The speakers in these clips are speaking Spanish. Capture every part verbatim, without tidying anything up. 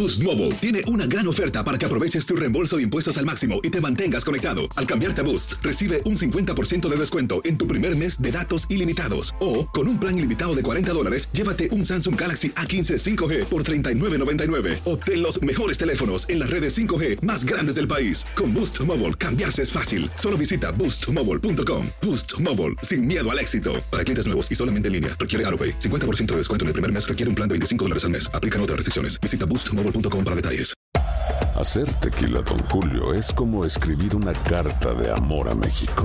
Boost Mobile tiene una gran oferta para que aproveches tu reembolso de impuestos al máximo y te mantengas conectado. Al cambiarte a Boost, recibe un cincuenta por ciento de descuento en tu primer mes de datos ilimitados. O, con un plan ilimitado de cuarenta dólares, llévate un Samsung Galaxy A quince cinco G por treinta y nueve noventa y nueve. Obtén los mejores teléfonos en las redes cinco G más grandes del país. Con Boost Mobile, cambiarse es fácil. Solo visita boost mobile punto com. Boost Mobile, sin miedo al éxito. Para clientes nuevos y solamente en línea, requiere AutoPay. cincuenta por ciento de descuento en el primer mes requiere un plan de veinticinco dólares al mes. Aplican otras restricciones. Visita boost mobile punto com para detalles. Hacer tequila Don Julio es como escribir una carta de amor a México.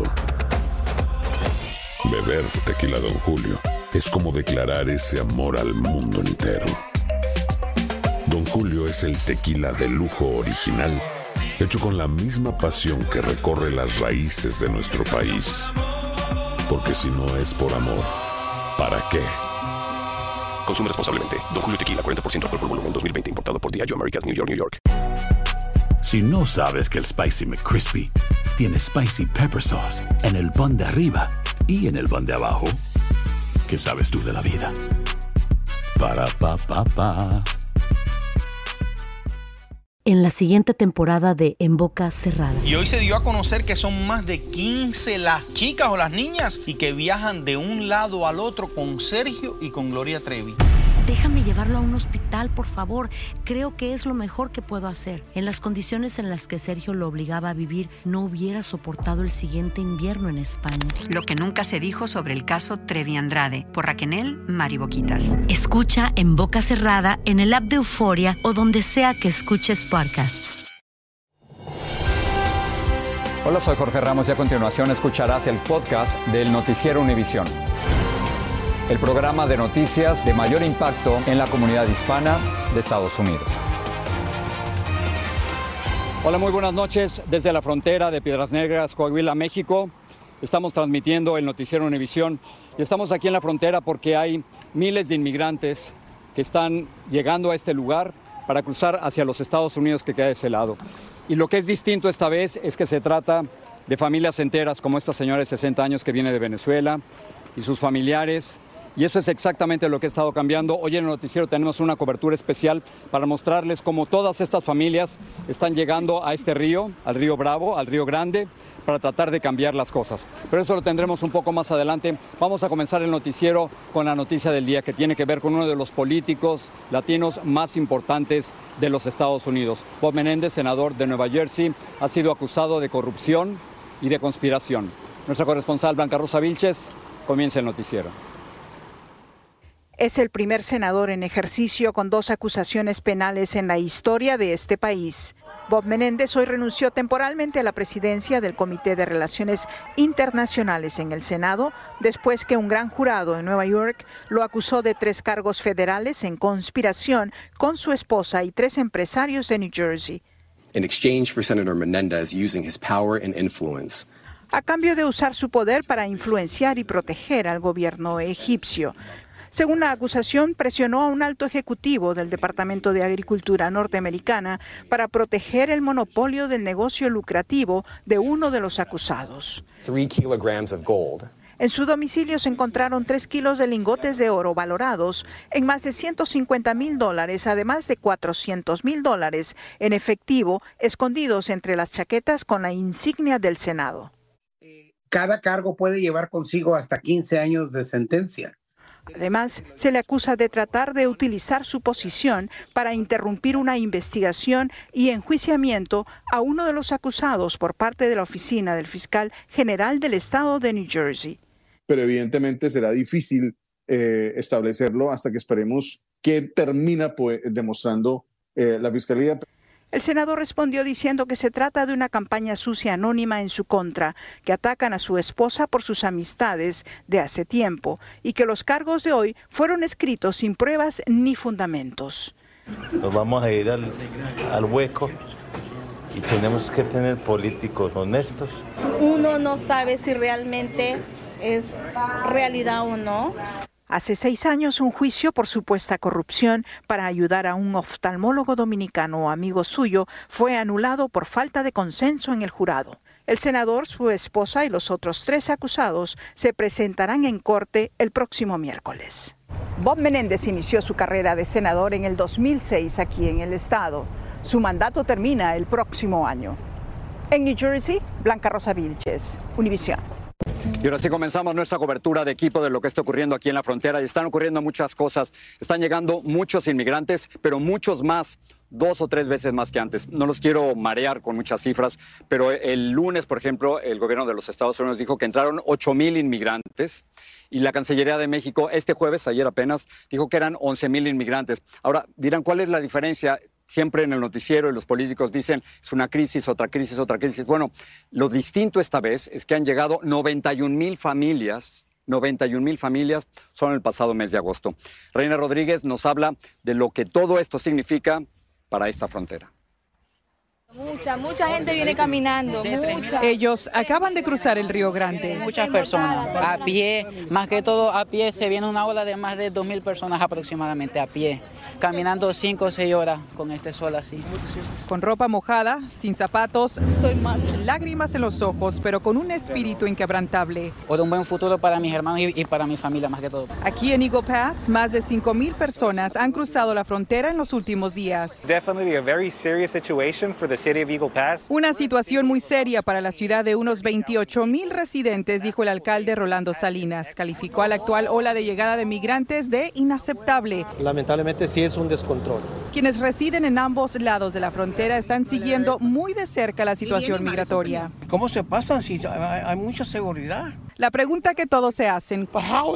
Beber tequila Don Julio es como declarar ese amor al mundo entero. Don Julio es el tequila de lujo original, hecho con la misma pasión que recorre las raíces de nuestro país. Porque si no es por amor, ¿para qué? Consume responsablemente. Don Julio Tequila, cuarenta por ciento alcohol por volumen, dos mil veinte, importado por Diageo Americas, New York, New York. Si no sabes que el Spicy McCrispy tiene Spicy Pepper Sauce en el pan de arriba y en el pan de abajo, ¿qué sabes tú de la vida? Para, pa, pa, pa. En la siguiente temporada de En Boca Cerrada. Y hoy se dio a conocer que son más de quince las chicas o las niñas y que viajan de un lado al otro con Sergio y con Gloria Trevi. Déjame llevarlo a un hospital, por favor. Creo que es lo mejor que puedo hacer. En las condiciones en las que Sergio lo obligaba a vivir, no hubiera soportado el siguiente invierno en España. Lo que nunca se dijo sobre el caso Trevi Andrade, por Raquel Mariboquitas. Escucha En Boca Cerrada, en el app de Euforia o donde sea que escuches podcasts. Hola, soy Jorge Ramos y a continuación escucharás el podcast del Noticiero Univisión, el programa de noticias de mayor impacto en la comunidad hispana de Estados Unidos. Hola, muy buenas noches. Desde la frontera de Piedras Negras, Coahuila, México, estamos transmitiendo el Noticiero Univisión y estamos aquí en la frontera porque hay miles de inmigrantes que están llegando a este lugar para cruzar hacia los Estados Unidos, que queda de ese lado. Y lo que es distinto esta vez es que se trata de familias enteras, como esta señora de sesenta años que viene de Venezuela y sus familiares. Y eso es exactamente lo que ha estado cambiando. Hoy en el noticiero tenemos una cobertura especial para mostrarles cómo todas estas familias están llegando a este río, al río Bravo, al río Grande, para tratar de cambiar las cosas. Pero eso lo tendremos un poco más adelante. Vamos a comenzar el noticiero con la noticia del día, que tiene que ver con uno de los políticos latinos más importantes de los Estados Unidos. Bob Menéndez, senador de Nueva Jersey, ha sido acusado de corrupción y de conspiración. Nuestra corresponsal Blanca Rosa Vilches comienza el noticiero. Es el primer senador en ejercicio con dos acusaciones penales en la historia de este país. Bob Menéndez hoy renunció temporalmente a la presidencia del Comité de Relaciones Internacionales en el Senado, después que un gran jurado en Nueva York lo acusó de tres cargos federales en conspiración con su esposa y tres empresarios de New Jersey. In exchange for Senator Menendez using his power and influence. A cambio de usar su poder para influenciar y proteger al gobierno egipcio. Según la acusación, presionó a un alto ejecutivo del Departamento de Agricultura norteamericana para proteger el monopolio del negocio lucrativo de uno de los acusados. Three kilograms of gold. En su domicilio se encontraron tres kilos de lingotes de oro valorados en más de ciento cincuenta mil dólares, además de cuatrocientos mil dólares en efectivo, escondidos entre las chaquetas con la insignia del Senado. Cada cargo puede llevar consigo hasta quince años de sentencia. Además, se le acusa de tratar de utilizar su posición para interrumpir una investigación y enjuiciamiento a uno de los acusados por parte de la oficina del fiscal general del estado de New Jersey. Pero evidentemente será difícil eh, establecerlo hasta que esperemos qué termina pues, demostrando eh, la fiscalía. El senador respondió diciendo que se trata de una campaña sucia anónima en su contra, que atacan a su esposa por sus amistades de hace tiempo y que los cargos de hoy fueron escritos sin pruebas ni fundamentos. Nos vamos a ir al, al hueco y tenemos que tener políticos honestos. Uno no sabe si realmente es realidad o no. Hace seis años, un juicio por supuesta corrupción para ayudar a un oftalmólogo dominicano amigo suyo fue anulado por falta de consenso en el jurado. El senador, su esposa y los otros tres acusados se presentarán en corte el próximo miércoles. Bob Menéndez inició su carrera de senador en el dos mil seis aquí en el estado. Su mandato termina el próximo año. En New Jersey, Blanca Rosa Vilches, Univisión. Y ahora sí comenzamos nuestra cobertura de equipo de lo que está ocurriendo aquí en la frontera. Y están ocurriendo muchas cosas. Están llegando muchos inmigrantes, pero muchos más, dos o tres veces más que antes. No los quiero marear con muchas cifras, pero el lunes, por ejemplo, el gobierno de los Estados Unidos dijo que entraron ocho mil inmigrantes y la Cancillería de México este jueves, ayer apenas, dijo que eran once mil inmigrantes. Ahora, dirán, ¿cuál es la diferencia? Siempre en el noticiero y los políticos dicen es una crisis, otra crisis, otra crisis. Bueno, lo distinto esta vez es que han llegado noventa y un mil familias, noventa y un mil familias solo en el pasado mes de agosto. Reina Rodríguez nos habla de lo que todo esto significa para esta frontera. Mucha, mucha gente viene caminando, mucha. Ellos acaban de cruzar el Río Grande. Muchas personas a pie, más que todo a pie, se viene una ola de más de dos mil personas aproximadamente a pie, caminando cinco o seis horas con este sol así. Con ropa mojada, sin zapatos, estoy mal, lágrimas en los ojos, pero con un espíritu inquebrantable. Por un buen futuro para mis hermanos y, y para mi familia más que todo. Aquí en Eagle Pass, más de cinco mil personas han cruzado la frontera en los últimos días. Definitely a very serious situation for the city of Eagle Pass. Una situación muy seria para la ciudad de unos veintiocho mil residentes, dijo el alcalde Rolando Salinas. Calificó a la actual ola de llegada de migrantes de inaceptable. Lamentablemente sí es un descontrol. Quienes residen en ambos lados de la frontera están siguiendo muy de cerca la situación migratoria. ¿Cómo se pasa si hay mucha seguridad? La pregunta que todos se hacen,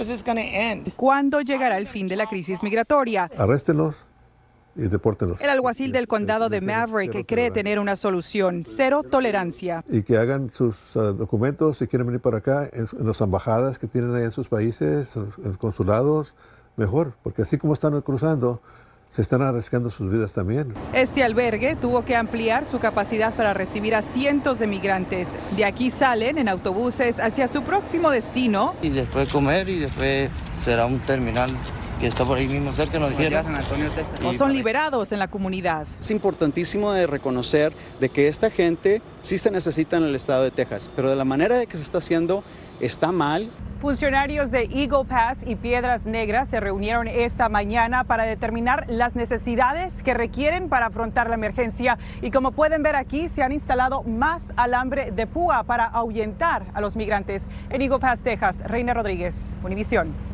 ¿cuándo llegará el fin de la crisis migratoria? Arréstenlos y depórtenlos. El alguacil del condado de Maverick cree tener una solución: cero tolerancia. Y que hagan sus uh, documentos si quieren venir para acá en, en las embajadas que tienen ahí en sus países, en los, en los consulados, mejor, porque así como están cruzando, se están arriesgando sus vidas también. Este albergue tuvo que ampliar su capacidad para recibir a cientos de migrantes. De aquí salen en autobuses hacia su próximo destino. Y después comer y después será un terminal que está por ahí mismo cerca, nos dijeron. O son liberados en la comunidad. Es importantísimo de reconocer de que esta gente sí se necesita en el estado de Texas, pero de la manera que se está haciendo está mal. Funcionarios de Eagle Pass y Piedras Negras se reunieron esta mañana para determinar las necesidades que requieren para afrontar la emergencia. Y como pueden ver aquí, se han instalado más alambre de púa para ahuyentar a los migrantes. En Eagle Pass, Texas, Reina Rodríguez, Univisión.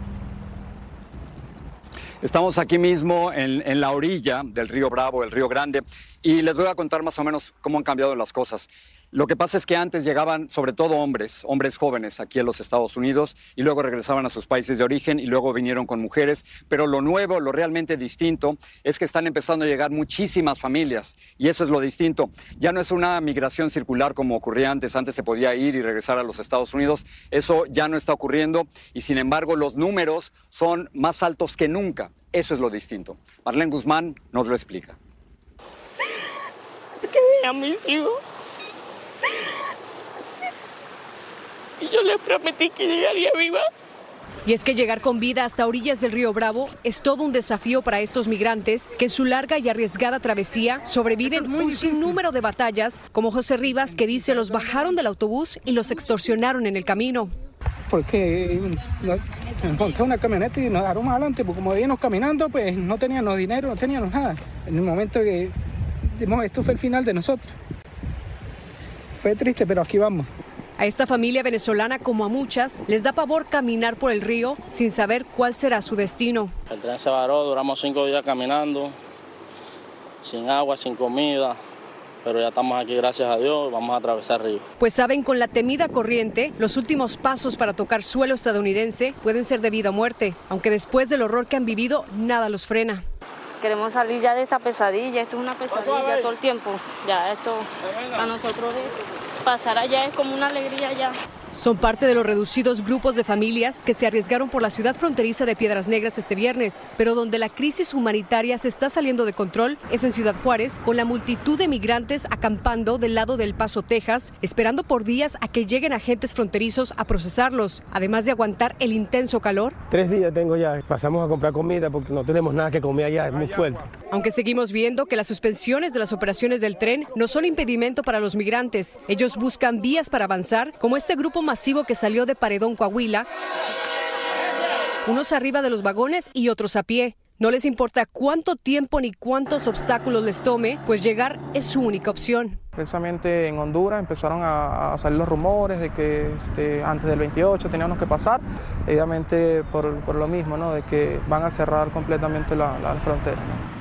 Estamos aquí mismo en, en la orilla del río Bravo, el río Grande, y les voy a contar más o menos cómo han cambiado las cosas. Lo que pasa es que antes llegaban sobre todo hombres, hombres jóvenes aquí en los Estados Unidos y luego regresaban a sus países de origen y luego vinieron con mujeres, pero lo nuevo, lo realmente distinto es que están empezando a llegar muchísimas familias y eso es lo distinto. Ya no es una migración circular como ocurría antes, antes se podía ir y regresar a los Estados Unidos, eso ya no está ocurriendo y sin embargo los números son más altos que nunca, eso es lo distinto. Marlene Guzmán nos lo explica. Que vean mis hijos. Y yo les prometí que llegaría viva. Y es que llegar con vida hasta orillas del río Bravo es todo un desafío para estos migrantes que en su larga y arriesgada travesía sobreviven un sinnúmero de batallas, como José Rivas, que dice los bajaron del autobús y los extorsionaron en el camino. Porque encontré una camioneta y nos dejaron más adelante, porque como veníamos caminando, pues no teníamos dinero, no teníamos nada. En el momento que dimos, esto fue el final de nosotros. Fue triste, pero aquí vamos. A esta familia venezolana, como a muchas, les da pavor caminar por el río sin saber cuál será su destino. El tren se varó, duramos cinco días caminando, sin agua, sin comida, pero ya estamos aquí, gracias a Dios, vamos a atravesar el río. Pues saben, con la temida corriente, los últimos pasos para tocar suelo estadounidense pueden ser de vida o muerte, aunque después del horror que han vivido, nada los frena. Queremos salir ya de esta pesadilla, esto es una pesadilla todo el tiempo, ya esto a nosotros es... pasar allá es como una alegría ya. Son parte de los reducidos grupos de familias que se arriesgaron por la ciudad fronteriza de Piedras Negras este viernes, pero donde la crisis humanitaria se está saliendo de control es en Ciudad Juárez, con la multitud de migrantes acampando del lado de El Paso, Texas, esperando por días a que lleguen agentes fronterizos a procesarlos, además de aguantar el intenso calor. Tres días tengo ya, pasamos a comprar comida porque no tenemos nada que comer allá, es muy fuerte. Aunque seguimos viendo que las suspensiones de las operaciones del tren no son impedimento para los migrantes, ellos buscan vías para avanzar, como este grupo masivo que salió de Paredón, Coahuila, unos arriba de los vagones y otros a pie. No les importa cuánto tiempo ni cuántos obstáculos les tome, pues llegar es su única opción. Precisamente en Honduras empezaron a, a salir los rumores de que este, antes del veintiocho teníamos que pasar, obviamente por, por lo mismo, ¿no? De que van a cerrar completamente la, la frontera, ¿no?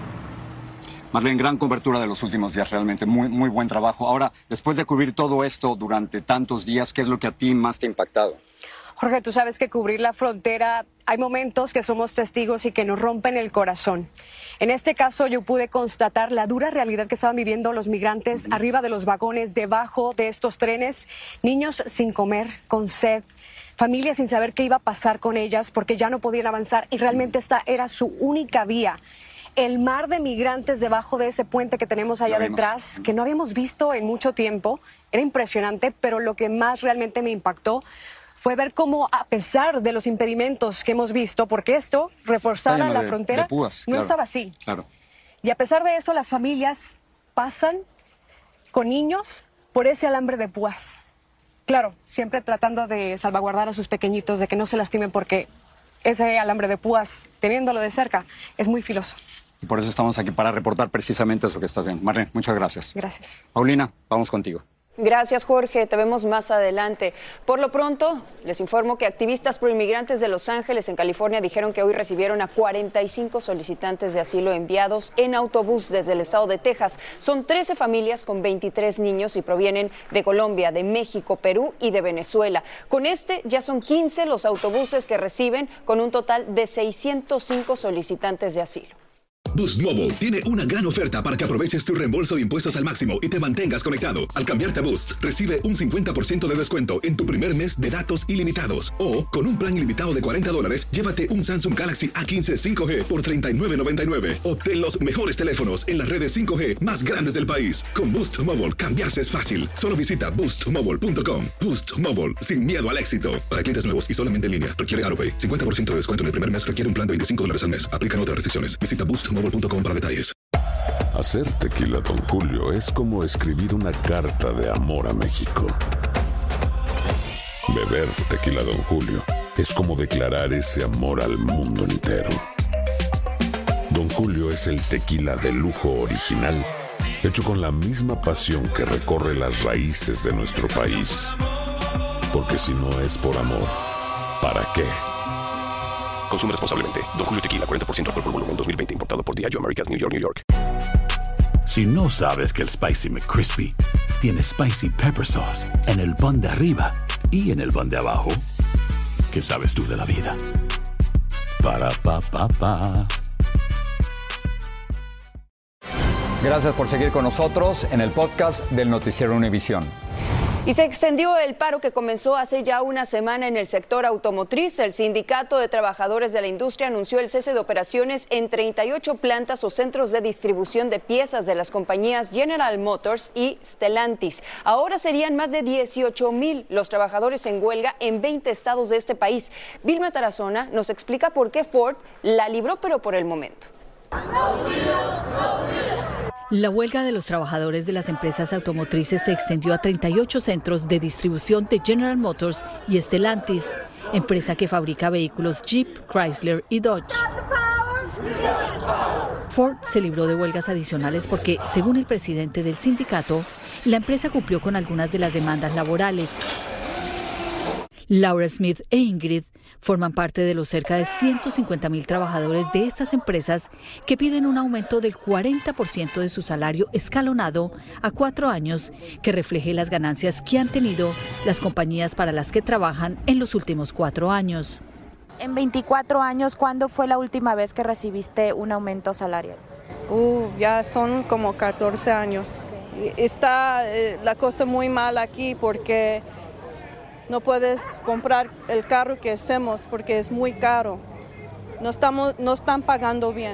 Marlene, gran cobertura de los últimos días, realmente muy, muy buen trabajo. Ahora, después de cubrir todo esto durante tantos días, ¿qué es lo que a ti más te ha impactado? Jorge, tú sabes que cubrir la frontera, hay momentos que somos testigos y que nos rompen el corazón. En este caso, yo pude constatar la dura realidad que estaban viviendo los migrantes uh-huh. arriba de los vagones, debajo de estos trenes, niños sin comer, con sed, familias sin saber qué iba a pasar con ellas porque ya no podían avanzar y realmente esta era su única vía. El mar de migrantes debajo de ese puente que tenemos allá detrás, que no habíamos visto en mucho tiempo, era impresionante, pero lo que más realmente me impactó fue ver cómo, a pesar de los impedimentos que hemos visto, porque esto, reforzada la de, frontera, de púas, no claro, estaba así. Claro. Y a pesar de eso, las familias pasan con niños por ese alambre de púas. Claro, siempre tratando de salvaguardar a sus pequeñitos, de que no se lastimen, porque ese alambre de púas, teniéndolo de cerca, es muy filoso. Y por eso estamos aquí, para reportar precisamente eso que estás viendo. Marlene, muchas gracias. Gracias. Paulina, vamos contigo. Gracias, Jorge. Te vemos más adelante. Por lo pronto, les informo que activistas proinmigrantes de Los Ángeles, en California, dijeron que hoy recibieron a cuarenta y cinco solicitantes de asilo enviados en autobús desde el estado de Texas. Son trece familias con veintitrés niños y provienen de Colombia, de México, Perú y de Venezuela. Con este ya son quince los autobuses que reciben, con un total de seiscientos cinco solicitantes de asilo. Boost Mobile tiene una gran oferta para que aproveches tu reembolso de impuestos al máximo y te mantengas conectado. Al cambiarte a Boost, recibe un cincuenta por ciento de descuento en tu primer mes de datos ilimitados. O, con un plan ilimitado de cuarenta dólares, llévate un Samsung Galaxy A quince cinco G por treinta y nueve noventa y nueve. Obtén los mejores teléfonos en las redes cinco G más grandes del país. Con Boost Mobile, cambiarse es fácil. Solo visita boost mobile punto com. Boost Mobile, sin miedo al éxito. Para clientes nuevos y solamente en línea, requiere AutoPay. cincuenta por ciento de descuento en el primer mes requiere un plan de veinticinco dólares al mes. Aplican otras restricciones. Visita boost mobile punto com para detalles. Hacer tequila Don Julio es como escribir una carta de amor a México. Beber tequila Don Julio es como declarar ese amor al mundo entero. Don Julio es el tequila de lujo original, hecho con la misma pasión que recorre las raíces de nuestro país. Porque si no es por amor, ¿para qué? Consume responsablemente. Don Julio Tequila, cuarenta por ciento alcohol por volumen, dos mil veinte, importado por Diageo Americas, New York, New York. Si no sabes que el Spicy McCrispy tiene Spicy Pepper Sauce en el pan de arriba y en el pan de abajo, ¿qué sabes tú de la vida? Para, pa, pa, pa. Gracias por seguir con nosotros en el podcast del Noticiero Univisión. Y se extendió el paro que comenzó hace ya una semana en el sector automotriz. El Sindicato de Trabajadores de la Industria anunció el cese de operaciones en treinta y ocho plantas o centros de distribución de piezas de las compañías General Motors y Stellantis. Ahora serían más de dieciocho mil los trabajadores en huelga en veinte estados de este país. Vilma Tarazona nos explica por qué Ford la libró, pero por el momento. La huelga de los trabajadores de las empresas automotrices se extendió a treinta y ocho centros de distribución de General Motors y Stellantis, empresa que fabrica vehículos Jeep, Chrysler y Dodge. Ford se libró de huelgas adicionales porque, según el presidente del sindicato, la empresa cumplió con algunas de las demandas laborales. Laura Smith e Ingrid forman parte de los cerca de ciento cincuenta mil trabajadores de estas empresas que piden un aumento del cuarenta por ciento de su salario escalonado a cuatro años, que refleje las ganancias que han tenido las compañías para las que trabajan en los últimos cuatro años. En veinticuatro años, ¿cuándo fue la última vez que recibiste un aumento salarial? Uh, ya son como catorce años. Está eh, la cosa muy mal aquí porque no puedes comprar el carro que hacemos porque es muy caro. No, estamos, no están pagando bien.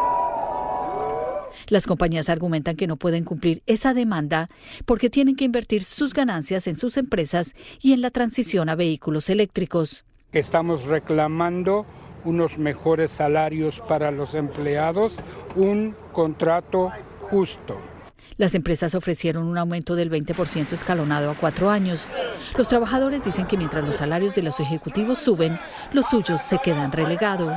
Las compañías argumentan que no pueden cumplir esa demanda porque tienen que invertir sus ganancias en sus empresas y en la transición a vehículos eléctricos. Estamos reclamando unos mejores salarios para los empleados, un contrato justo. Las empresas ofrecieron un aumento del veinte por ciento escalonado a cuatro años. Los trabajadores dicen que mientras los salarios de los ejecutivos suben, los suyos se quedan relegados.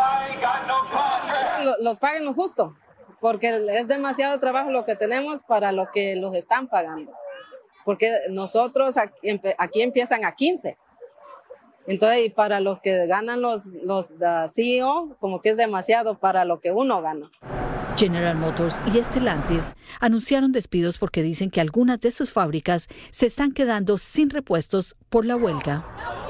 Los paguen lo justo, porque es demasiado trabajo lo que tenemos para lo que los están pagando. Porque nosotros aquí, aquí empiezan a quince. Entonces, para los que ganan los, los C E O, como que es demasiado para lo que uno gana. General Motors y Stellantis anunciaron despidos porque dicen que algunas de sus fábricas se están quedando sin repuestos por la huelga.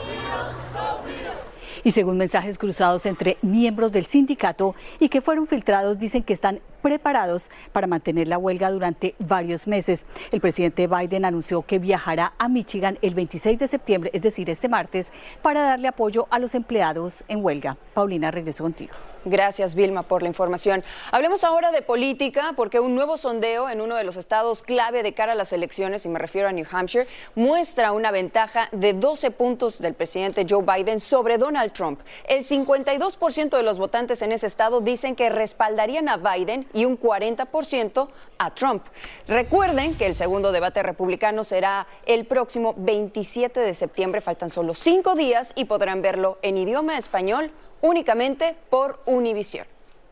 Y según mensajes cruzados entre miembros del sindicato y que fueron filtrados, dicen que están preparados para mantener la huelga durante varios meses. El presidente Biden anunció que viajará a Michigan el veintiséis de septiembre, es decir, este martes, para darle apoyo a los empleados en huelga. Paulina, regreso contigo. Gracias, Vilma, por la información. Hablemos ahora de política, porque un nuevo sondeo en uno de los estados clave de cara a las elecciones, y me refiero a New Hampshire, muestra una ventaja de doce puntos del presidente Joe Biden sobre Donald Trump. El cincuenta y dos por ciento de los votantes en ese estado dicen que respaldarían a Biden y un cuarenta por ciento a Trump. Recuerden que el segundo debate republicano será el próximo veintisiete de septiembre. Faltan solo cinco días y podrán verlo en idioma español únicamente por Univisión.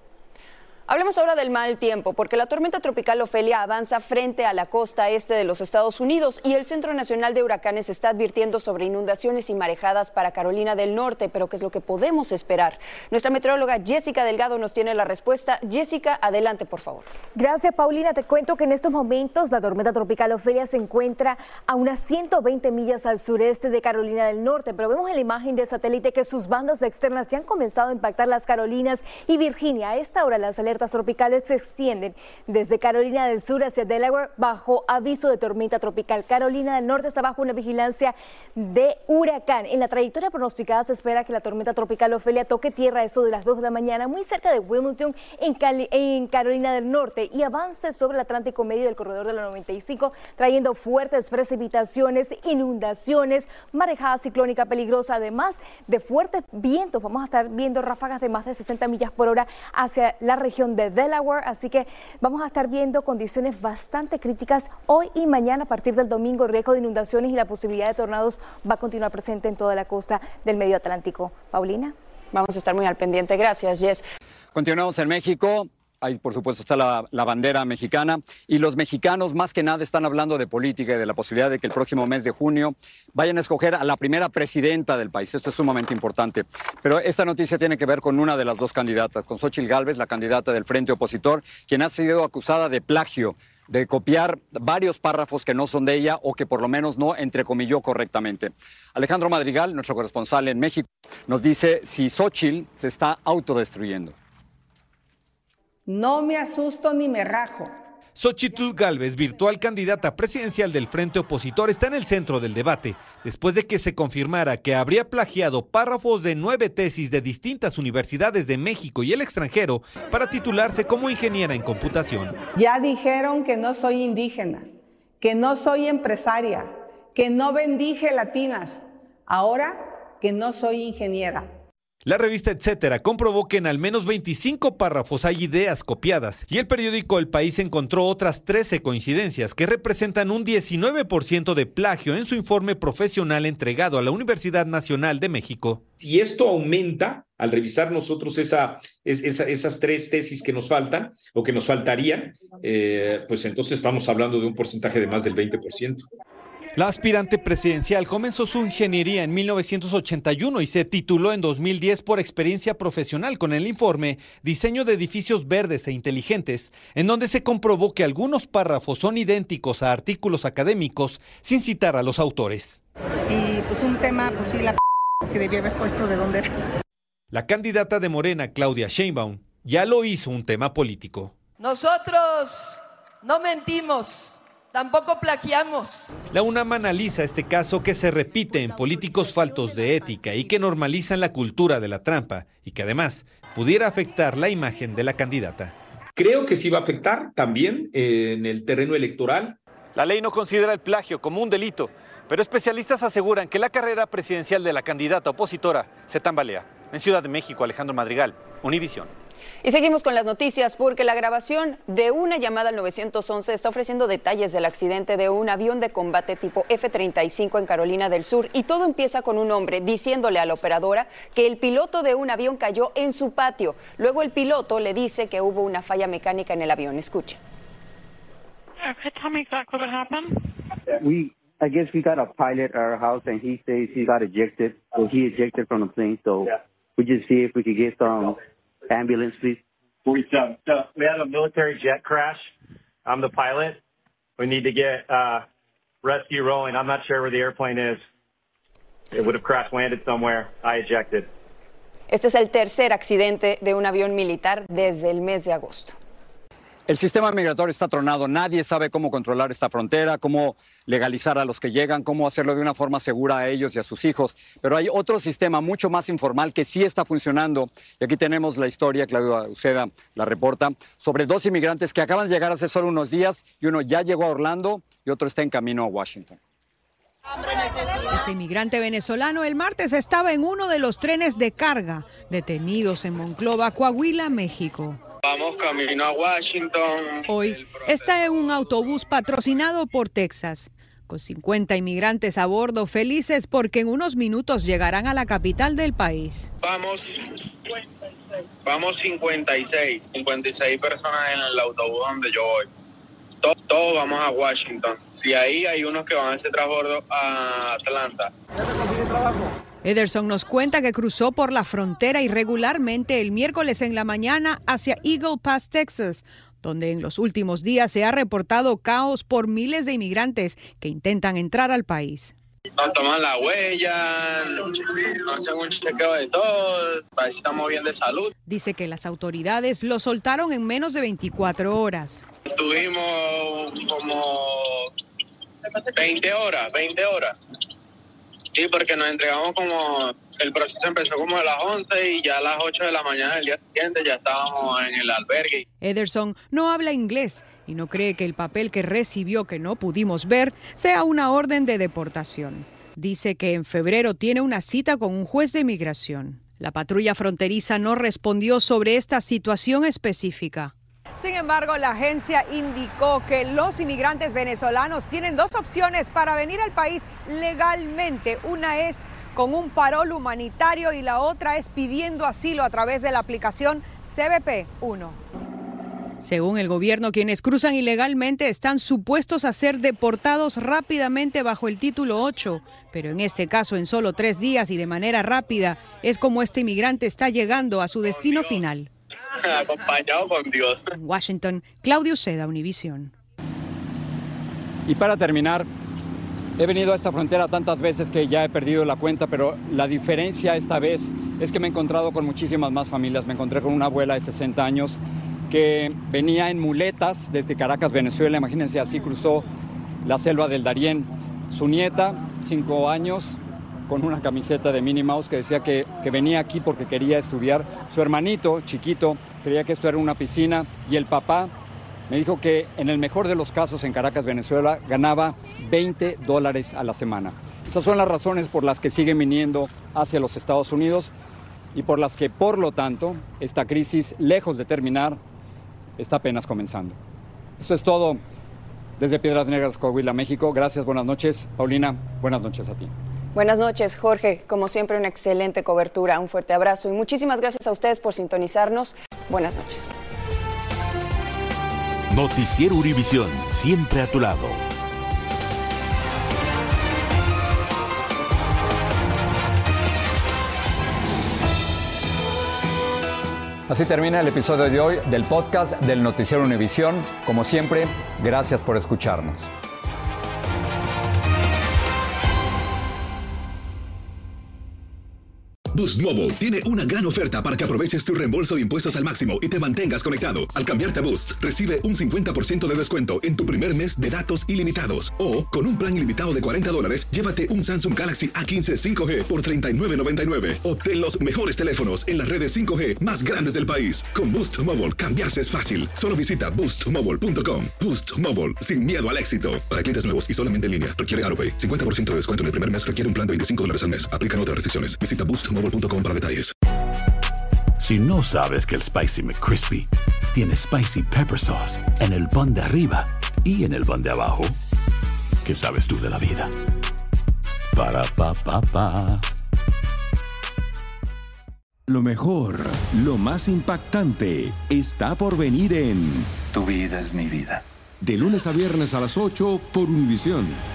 Hablemos ahora del mal tiempo, porque la tormenta tropical Ofelia avanza frente a la costa este de los Estados Unidos y el Centro Nacional de Huracanes está advirtiendo sobre inundaciones y marejadas para Carolina del Norte. Pero ¿qué es lo que podemos esperar? Nuestra meteoróloga Jessica Delgado nos tiene la respuesta. Jessica, adelante, por favor. Gracias, Paulina. Te cuento que en estos momentos la tormenta tropical Ofelia se encuentra a unas ciento veinte millas al sureste de Carolina del Norte, pero vemos en la imagen de satélite que sus bandas externas ya han comenzado a impactar las Carolinas y Virginia. A esta hora las alertas tropicales se extienden desde Carolina del Sur hacia Delaware bajo aviso de tormenta tropical. Carolina del Norte está bajo una vigilancia de huracán. En la trayectoria pronosticada se espera que la tormenta tropical Ofelia toque tierra a eso de las dos de la mañana muy cerca de Wilmington en, Cali en Carolina del Norte y avance sobre el Atlántico Medio del corredor de la noventa y cinco trayendo fuertes precipitaciones, inundaciones, marejada ciclónica peligrosa, además de fuertes vientos. Vamos a estar viendo ráfagas de más de sesenta millas por hora hacia la región de Delaware, así que vamos a estar viendo condiciones bastante críticas hoy y mañana. A partir del domingo, el riesgo de inundaciones y la posibilidad de tornados va a continuar presente en toda la costa del medio Atlántico. Paulina. Vamos a estar muy al pendiente. Gracias, Jess. Continuamos en México. Ahí, por supuesto, está la, la bandera mexicana y los mexicanos más que nada están hablando de política y de la posibilidad de que el próximo mes de junio vayan a escoger a la primera presidenta del país. Esto es sumamente importante. Pero esta noticia tiene que ver con una de las dos candidatas, con Xóchitl Gálvez, la candidata del Frente Opositor, quien ha sido acusada de plagio, de copiar varios párrafos que no son de ella o que por lo menos no entrecomilló correctamente. Alejandro Madrigal, nuestro corresponsal en México, nos dice si Xóchitl se está autodestruyendo. No me asusto ni me rajo. Xóchitl Gálvez, virtual candidata presidencial del Frente Opositor, está en el centro del debate, después de que se confirmara que habría plagiado párrafos de nueve tesis de distintas universidades de México y el extranjero para titularse como ingeniera en computación. Ya dijeron que no soy indígena, que no soy empresaria, que no vendí gelatinas, ahora que no soy ingeniera. La revista Etcétera comprobó que en al menos veinticinco párrafos hay ideas copiadas y el periódico El País encontró otras trece coincidencias que representan un diecinueve por ciento de plagio en su informe profesional entregado a la Universidad Nacional de México. Si esto aumenta, al revisar nosotros esa, esa, esas tres tesis que nos faltan o que nos faltarían, eh, pues entonces estamos hablando de un porcentaje de más del veinte por ciento. La aspirante presidencial comenzó su ingeniería en mil novecientos ochenta y uno y se tituló en dos mil diez por experiencia profesional con el informe Diseño de edificios verdes e inteligentes, en donde se comprobó que algunos párrafos son idénticos a artículos académicos sin citar a los autores. Y pues un tema, pues sí, la p que debía haber puesto de dónde era. La candidata de Morena, Claudia Sheinbaum, ya lo hizo un tema político. Nosotros no mentimos. Tampoco plagiamos. La UNAM analiza este caso que se repite en políticos faltos de ética y que normalizan la cultura de la trampa y que además pudiera afectar la imagen de la candidata. Creo que sí va a afectar también eh, en el terreno electoral. La ley no considera el plagio como un delito, pero especialistas aseguran que la carrera presidencial de la candidata opositora se tambalea. En Ciudad de México, Alejandro Madrigal, Univisión. Y seguimos con las noticias porque la grabación de una llamada al nueve once está ofreciendo detalles del accidente de un avión de combate tipo F treinta y cinco en Carolina del Sur y todo empieza con un hombre diciéndole a la operadora que el piloto de un avión cayó en su patio. Luego el piloto le dice que hubo una falla mecánica en el avión. Escucha. Okay, tell me exactly what happened. We, I guess we got a pilot at our house and he says he got ejected. So he ejected from the plane. So yeah. We just see if we could get some ambulance, please. We, uh, so we had a military jet crash. I'm the pilot. We need to get uh, rescue rolling. I'm not sure where the airplane is. It would have crash landed somewhere. I ejected. Este es el tercer accidente de un avión militar desde el mes de agosto. El sistema migratorio está tronado, nadie sabe cómo controlar esta frontera, cómo legalizar a los que llegan, cómo hacerlo de una forma segura a ellos y a sus hijos. Pero hay otro sistema mucho más informal que sí está funcionando. Y aquí tenemos la historia, Claudia Uceda la reporta, sobre dos inmigrantes que acaban de llegar hace solo unos días y uno ya llegó a Orlando y otro está en camino a Washington. Este inmigrante venezolano el martes estaba en uno de los trenes de carga detenidos en Monclova, Coahuila, México. Vamos camino a Washington. Hoy está en un autobús patrocinado por Texas, con cincuenta inmigrantes a bordo, felices porque en unos minutos llegarán a la capital del país. Vamos, vamos cincuenta y seis, cincuenta y seis personas en el autobús donde yo voy. Todos, todos vamos a Washington. De ahí hay unos que van a hacer transbordo a Atlanta. Ederson nos cuenta que cruzó por la frontera irregularmente el miércoles en la mañana hacia Eagle Pass, Texas, donde en los últimos días se ha reportado caos por miles de inmigrantes que intentan entrar al país. Nos toman la huella, nos hacen un chequeo de todo, para ver si estamos bien de salud. Dice que las autoridades lo soltaron en menos de veinticuatro horas. Tuvimos como veinte horas, veinte horas. Sí, porque nos entregamos como, el proceso empezó como a las once y ya a las ocho de la mañana del día siguiente ya estábamos en el albergue. Ederson no habla inglés y no cree que el papel que recibió que no pudimos ver sea una orden de deportación. Dice que en febrero tiene una cita con un juez de inmigración. La patrulla fronteriza no respondió sobre esta situación específica. Sin embargo, la agencia indicó que los inmigrantes venezolanos tienen dos opciones para venir al país legalmente. Una es con un parol humanitario y la otra es pidiendo asilo a través de la aplicación C B P uno. Según el gobierno, quienes cruzan ilegalmente están supuestos a ser deportados rápidamente bajo el título ocho, pero en este caso en solo tres días y de manera rápida es como este inmigrante está llegando a su destino final. Acompañado con Dios. En Washington, Claudia Uceda, Univisión. Y para terminar, he venido a esta frontera tantas veces que ya he perdido la cuenta, pero la diferencia esta vez es que me he encontrado con muchísimas más familias. Me encontré con una abuela de sesenta años que venía en muletas desde Caracas, Venezuela. Imagínense, así cruzó la selva del Darién. Su nieta, cinco años, con una camiseta de Minnie Mouse que decía que, que venía aquí porque quería estudiar. Su hermanito, chiquito, creía que esto era una piscina y el papá me dijo que en el mejor de los casos en Caracas, Venezuela, ganaba veinte dólares a la semana. Esas son las razones por las que siguen viniendo hacia los Estados Unidos y por las que, por lo tanto, esta crisis, lejos de terminar, está apenas comenzando. Esto es todo desde Piedras Negras, Coahuila, México. Gracias, buenas noches. Paulina, buenas noches a ti. Buenas noches, Jorge. Como siempre, una excelente cobertura. Un fuerte abrazo y muchísimas gracias a ustedes por sintonizarnos. Buenas noches. Noticiero Univisión, siempre a tu lado. Así termina el episodio de hoy del podcast del Noticiero Univisión. Como siempre, gracias por escucharnos. Boost Mobile tiene una gran oferta para que aproveches tu reembolso de impuestos al máximo y te mantengas conectado. Al cambiarte a Boost, recibe un cincuenta por ciento de descuento en tu primer mes de datos ilimitados. O, con un plan ilimitado de cuarenta dólares, llévate un Samsung Galaxy A quince cinco G por treinta y nueve noventa y nueve. Obtén los mejores teléfonos en las redes cinco G más grandes del país. Con Boost Mobile, cambiarse es fácil. Solo visita boost mobile punto com. Boost Mobile, sin miedo al éxito. Para clientes nuevos y solamente en línea, requiere AutoPay. cincuenta por ciento de descuento en el primer mes requiere un plan de veinticinco dólares al mes. Aplican otras restricciones. Visita boost mobile punto com para detalles. Si no sabes que el Spicy McCrispy tiene Spicy Pepper Sauce en el pan de arriba y en el pan de abajo, ¿qué sabes tú de la vida? Para, pa, pa, pa. Lo mejor, lo más impactante, está por venir en Tu vida es mi vida. De lunes a viernes a las ocho por Univisión.